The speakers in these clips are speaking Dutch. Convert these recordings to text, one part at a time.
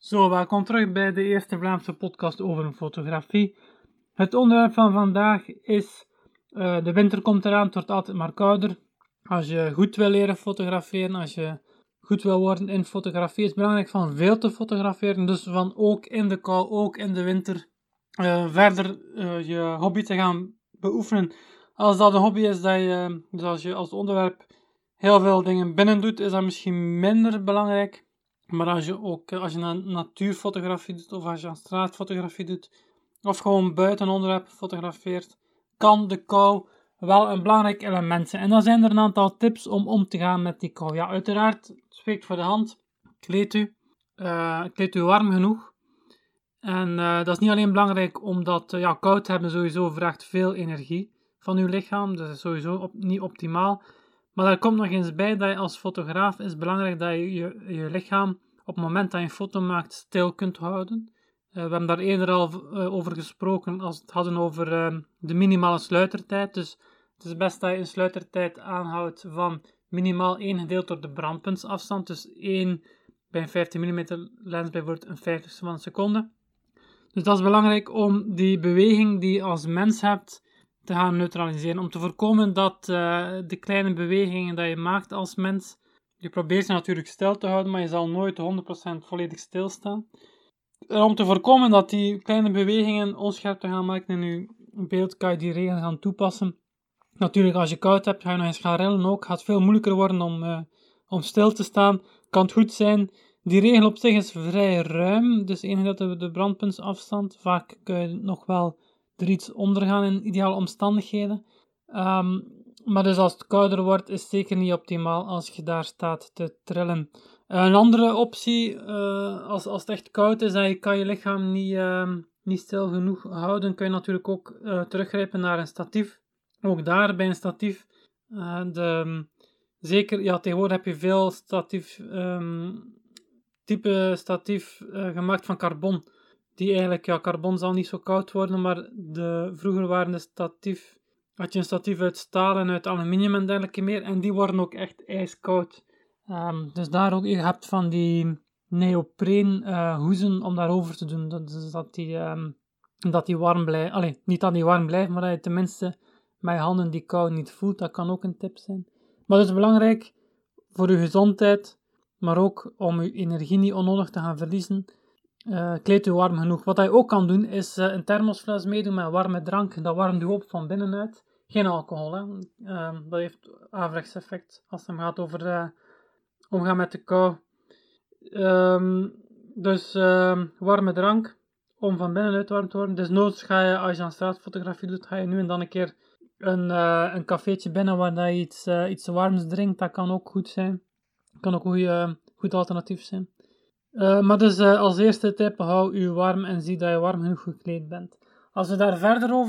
Zo, welkom terug bij de eerste Vlaamse podcast over fotografie. Het onderwerp van vandaag is, de winter komt eraan, het wordt altijd maar kouder. Als je goed wil leren fotograferen, als je goed wil worden in fotografie, is het belangrijk van veel te fotograferen. Dus van ook in de kou, ook in de winter, verder je hobby te gaan beoefenen. Als dat een hobby is dat je, dus als je als onderwerp heel veel dingen binnen doet, is dat misschien minder belangrijk. Maar als je natuurfotografie doet, of als je aan straatfotografie doet, of gewoon buiten onderwerpen fotografeert, kan de kou wel een belangrijk element zijn. En dan zijn er een aantal tips om te gaan met die kou. Ja, uiteraard, het spreekt voor de hand. Kleed u warm genoeg. En dat is niet alleen belangrijk omdat koud hebben sowieso vraagt veel energie van uw lichaam. Dat is sowieso niet optimaal. Maar daar komt nog eens bij dat je als fotograaf is belangrijk dat je lichaam op het moment dat je een foto maakt stil kunt houden. We hebben daar eerder al over gesproken als we het hadden over de minimale sluitertijd. Dus het is best dat je een sluitertijd aanhoudt van minimaal 1 gedeeld door de brandpuntsafstand. Dus 1 bij een 15 mm lens bijvoorbeeld een 50ste van een seconde. Dus dat is belangrijk om die beweging die je als mens hebt te gaan neutraliseren. Om te voorkomen dat de kleine bewegingen die je maakt als mens, je probeert ze natuurlijk stil te houden, maar je zal nooit 100% volledig stilstaan. En om te voorkomen dat die kleine bewegingen onscherp te gaan maken in je beeld, kan je die regel gaan toepassen. Natuurlijk, als je koud hebt, ga je nog eens gaan rillen ook. Het gaat veel moeilijker worden om stil te staan. Kan het goed zijn. Die regel op zich is vrij ruim, dus één dat de brandpuntsafstand. Vaak kun je nog wel er iets onder gaan in ideale omstandigheden. Maar dus als het kouder wordt, is het zeker niet optimaal als je daar staat te trillen. Een andere optie, als het echt koud is en je kan je lichaam niet stil genoeg houden, kun je natuurlijk ook teruggrijpen naar een statief. Ook daar bij een statief, tegenwoordig heb je veel type statief gemaakt van carbon. Die eigenlijk, carbon zal niet zo koud worden, maar vroeger waren had je een statief uit staal en uit aluminium en dergelijke meer, en die worden ook echt ijskoud. Dus daar ook, je hebt van die neopreen hoezen om daarover te doen, dat die warm blijft. Allee, niet dat die warm blijft, maar dat je tenminste met je handen die kou niet voelt. Dat kan ook een tip zijn. Maar het is belangrijk voor je gezondheid, maar ook om je energie niet onnodig te gaan verliezen. Kleed u warm genoeg. Wat je ook kan doen, is een thermosfles meedoen met warme drank. Dat warmt u op van binnenuit. Geen alcohol, hè. Dat heeft averechts effect als het gaat over omgaan met de kou. Warme drank om van binnenuit warm te worden. Dus noods ga je, als je aan straatfotografie doet, ga je nu en dan een keer een cafeetje binnen waar je iets warms drinkt. Dat kan ook goed zijn. Kan ook een goed alternatief zijn. Maar dus als eerste tip, hou u warm en zie dat je warm genoeg gekleed bent. Als we daar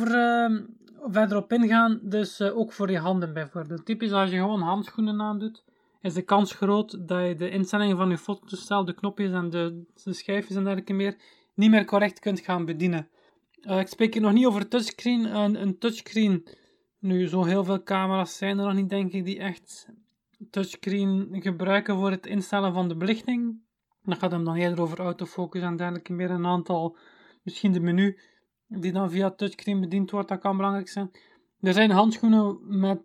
verder op ingaan, dus ook voor je handen bijvoorbeeld. Typisch als je gewoon handschoenen aandoet, is de kans groot dat je de instellingen van je fototoestel, de knopjes en de schijfjes en dergelijke meer, niet meer correct kunt gaan bedienen. Ik spreek hier nog niet over touchscreen. Een touchscreen, nu zo heel veel camera's zijn er nog niet, denk ik, die echt touchscreen gebruiken voor het instellen van de belichting. Dan gaat het dan eerder over autofocus en dergelijke meer. Een aantal, misschien de menu, die dan via touchscreen bediend wordt, dat kan belangrijk zijn. Er zijn handschoenen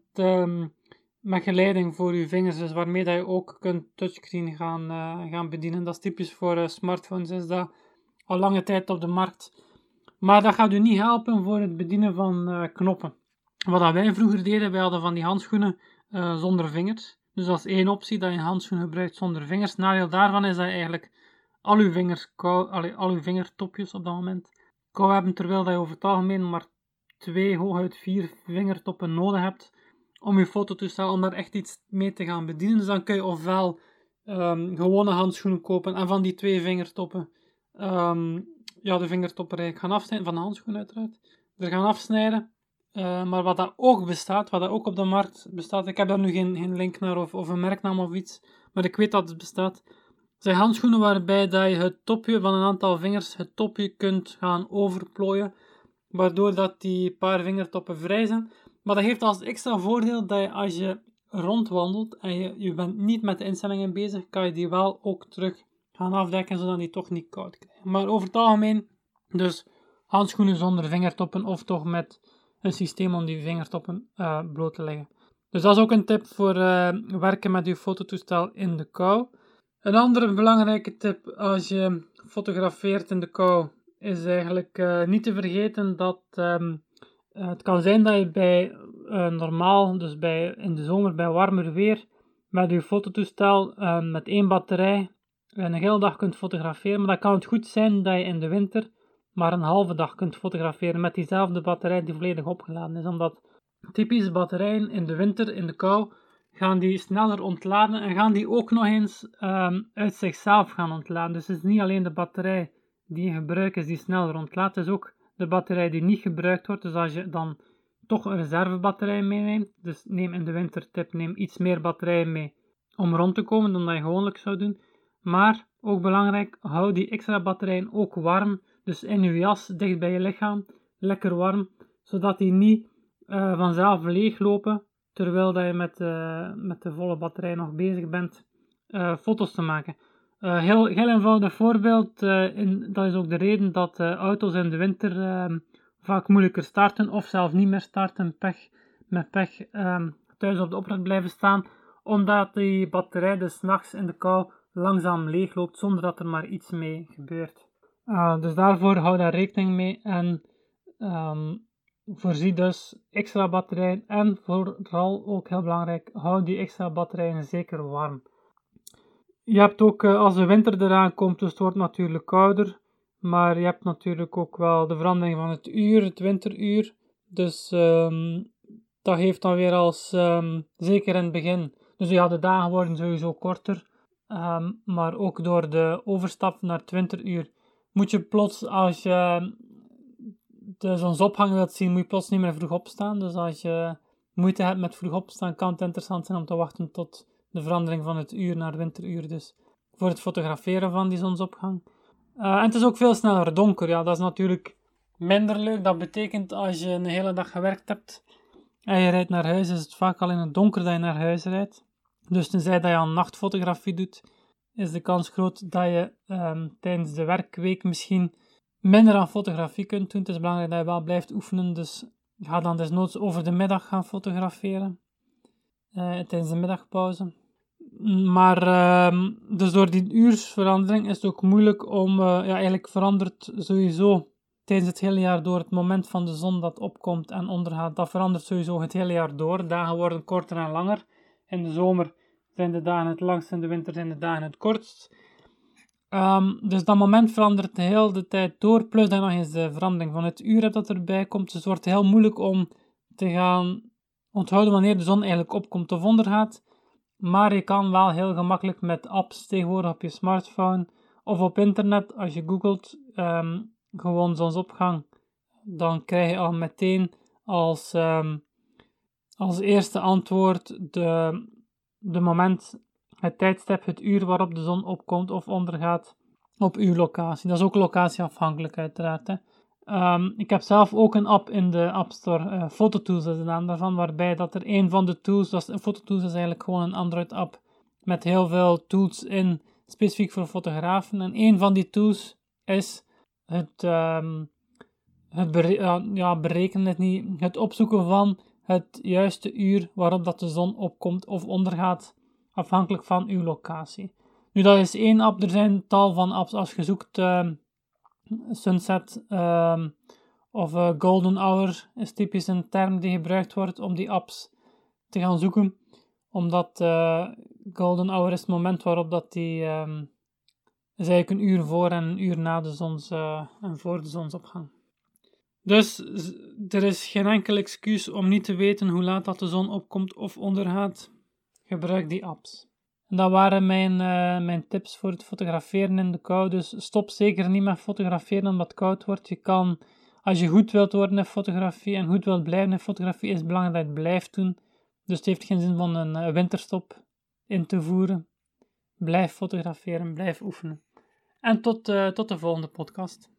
met geleiding voor je vingers, dus waarmee dat je ook kunt touchscreen gaan bedienen. Dat is typisch voor smartphones, is dat al lange tijd op de markt. Maar dat gaat u niet helpen voor het bedienen van knoppen. Wat wij vroeger deden, wij hadden van die handschoenen zonder vingers. Dus dat is één optie, dat je een handschoen gebruikt zonder vingers. Het nadeel daarvan is dat je eigenlijk al uw vingertopjes op dat moment kou hebben, terwijl dat je over het algemeen maar 2, hooguit 4 vingertoppen nodig hebt om je fototoestel, om daar echt iets mee te gaan bedienen. Dus dan kun je ofwel gewone handschoenen kopen en van die 2 vingertoppen de vingertoppen eigenlijk gaan afsnijden, van de handschoen uiteraard, er gaan afsnijden. Maar wat dat ook bestaat, wat dat ook op de markt bestaat, ik heb daar nu geen link naar of een merknaam of iets, maar ik weet dat het bestaat, zijn handschoenen waarbij dat je het topje van een aantal vingers, het topje kunt gaan overplooien, waardoor dat die paar vingertoppen vrij zijn. Maar dat heeft als extra voordeel dat je, als je rondwandelt en je bent niet met de instellingen bezig, kan je die wel ook terug gaan afdekken, zodat die toch niet koud krijgen. Maar over het algemeen, dus handschoenen zonder vingertoppen of toch met een systeem om die vingertoppen bloot te leggen. Dus dat is ook een tip voor werken met je fototoestel in de kou. Een andere belangrijke tip als je fotografeert in de kou is eigenlijk niet te vergeten dat het kan zijn dat je bij normaal, dus in de zomer bij warmer weer, met je fototoestel met 1 batterij een hele dag kunt fotograferen. Maar dan kan het goed zijn dat je in de winter maar een halve dag kunt fotograferen met diezelfde batterij die volledig opgeladen is. Omdat typische batterijen in de winter, in de kou, gaan die sneller ontladen en gaan die ook nog eens uit zichzelf gaan ontladen. Dus het is niet alleen de batterij die in gebruik is die sneller ontlaadt, het is ook de batterij die niet gebruikt wordt. Dus als je dan toch een reservebatterij meeneemt, dus neem in de wintertip, neem iets meer batterijen mee om rond te komen dan dat je gewoonlijk zou doen. Maar ook belangrijk, hou die extra batterijen ook warm, dus in je jas, dicht bij je lichaam, lekker warm, zodat die niet vanzelf leeglopen, terwijl dat je met de volle batterij nog bezig bent foto's te maken. Heel eenvoudig voorbeeld, dat is ook de reden dat auto's in de winter vaak moeilijker starten of zelfs niet meer starten, met pech thuis op de oprit blijven staan, omdat die batterij dus 's nachts in de kou langzaam leegloopt zonder dat er maar iets mee gebeurt. Dus daarvoor hou daar rekening mee en voorzie dus extra batterijen en vooral ook heel belangrijk, hou die extra batterijen zeker warm. Je hebt ook als de winter eraan komt, dus het wordt natuurlijk kouder, maar je hebt natuurlijk ook wel de verandering van het uur, het winteruur. Dus dat geeft dan weer als, zeker in het begin, dus ja, de dagen worden sowieso korter, maar ook door de overstap naar het winteruur moet je plots, als je de zonsopgang wilt zien, moet je plots niet meer vroeg opstaan. Dus als je moeite hebt met vroeg opstaan, kan het interessant zijn om te wachten tot de verandering van het uur naar winteruur. Dus voor het fotograferen van die zonsopgang. En het is ook veel sneller donker. Ja, dat is natuurlijk minder leuk. Dat betekent als je een hele dag gewerkt hebt en je rijdt naar huis, is het vaak al in het donker dat je naar huis rijdt. Dus tenzij dat je aan nachtfotografie doet, is de kans groot dat je tijdens de werkweek misschien minder aan fotografie kunt doen. Het is belangrijk dat je wel blijft oefenen, dus ga dan desnoods over de middag gaan fotograferen, tijdens de middagpauze. Maar dus door die uursverandering is het ook moeilijk om, eigenlijk verandert sowieso tijdens het hele jaar door het moment van de zon dat opkomt en ondergaat. Dat verandert sowieso het hele jaar door. Dagen worden korter en langer. In de zomer zijn de dagen het langst, in de winter zijn de dagen het kortst. Dus dat moment verandert de hele tijd door, plus dan nog eens de verandering van het uur dat erbij komt. Dus het wordt heel moeilijk om te gaan onthouden wanneer de zon eigenlijk opkomt of ondergaat. Maar je kan wel heel gemakkelijk met apps tegenwoordig op je smartphone of op internet, als je googelt, gewoon zonsopgang, dan krijg je al meteen als eerste antwoord de moment, het tijdstip, het uur waarop de zon opkomt of ondergaat op uw locatie. Dat is ook locatieafhankelijk uiteraard. Hè. Ik heb zelf ook een app in de App Store, Phototools is de naam daarvan, waarbij dat er een van de tools, Phototools is eigenlijk gewoon een Android-app met heel veel tools in, specifiek voor fotografen. En een van die tools is het opzoeken van het juiste uur waarop dat de zon opkomt of ondergaat, afhankelijk van uw locatie. Nu, dat is één app, er zijn tal van apps. Als je zoekt sunset of golden hour is typisch een term die gebruikt wordt om die apps te gaan zoeken, omdat golden hour is het moment waarop dat die is eigenlijk een uur voor en een uur na de en voor de zonsopgang. Dus er is geen enkel excuus om niet te weten hoe laat dat de zon opkomt of ondergaat. Gebruik die apps. En dat waren mijn tips voor het fotograferen in de kou. Dus stop zeker niet met fotograferen omdat het koud wordt. Je kan, als je goed wilt worden in fotografie en goed wilt blijven in fotografie, is het belangrijk dat je het blijft doen. Dus het heeft geen zin van een winterstop in te voeren. Blijf fotograferen, blijf oefenen. En tot de volgende podcast.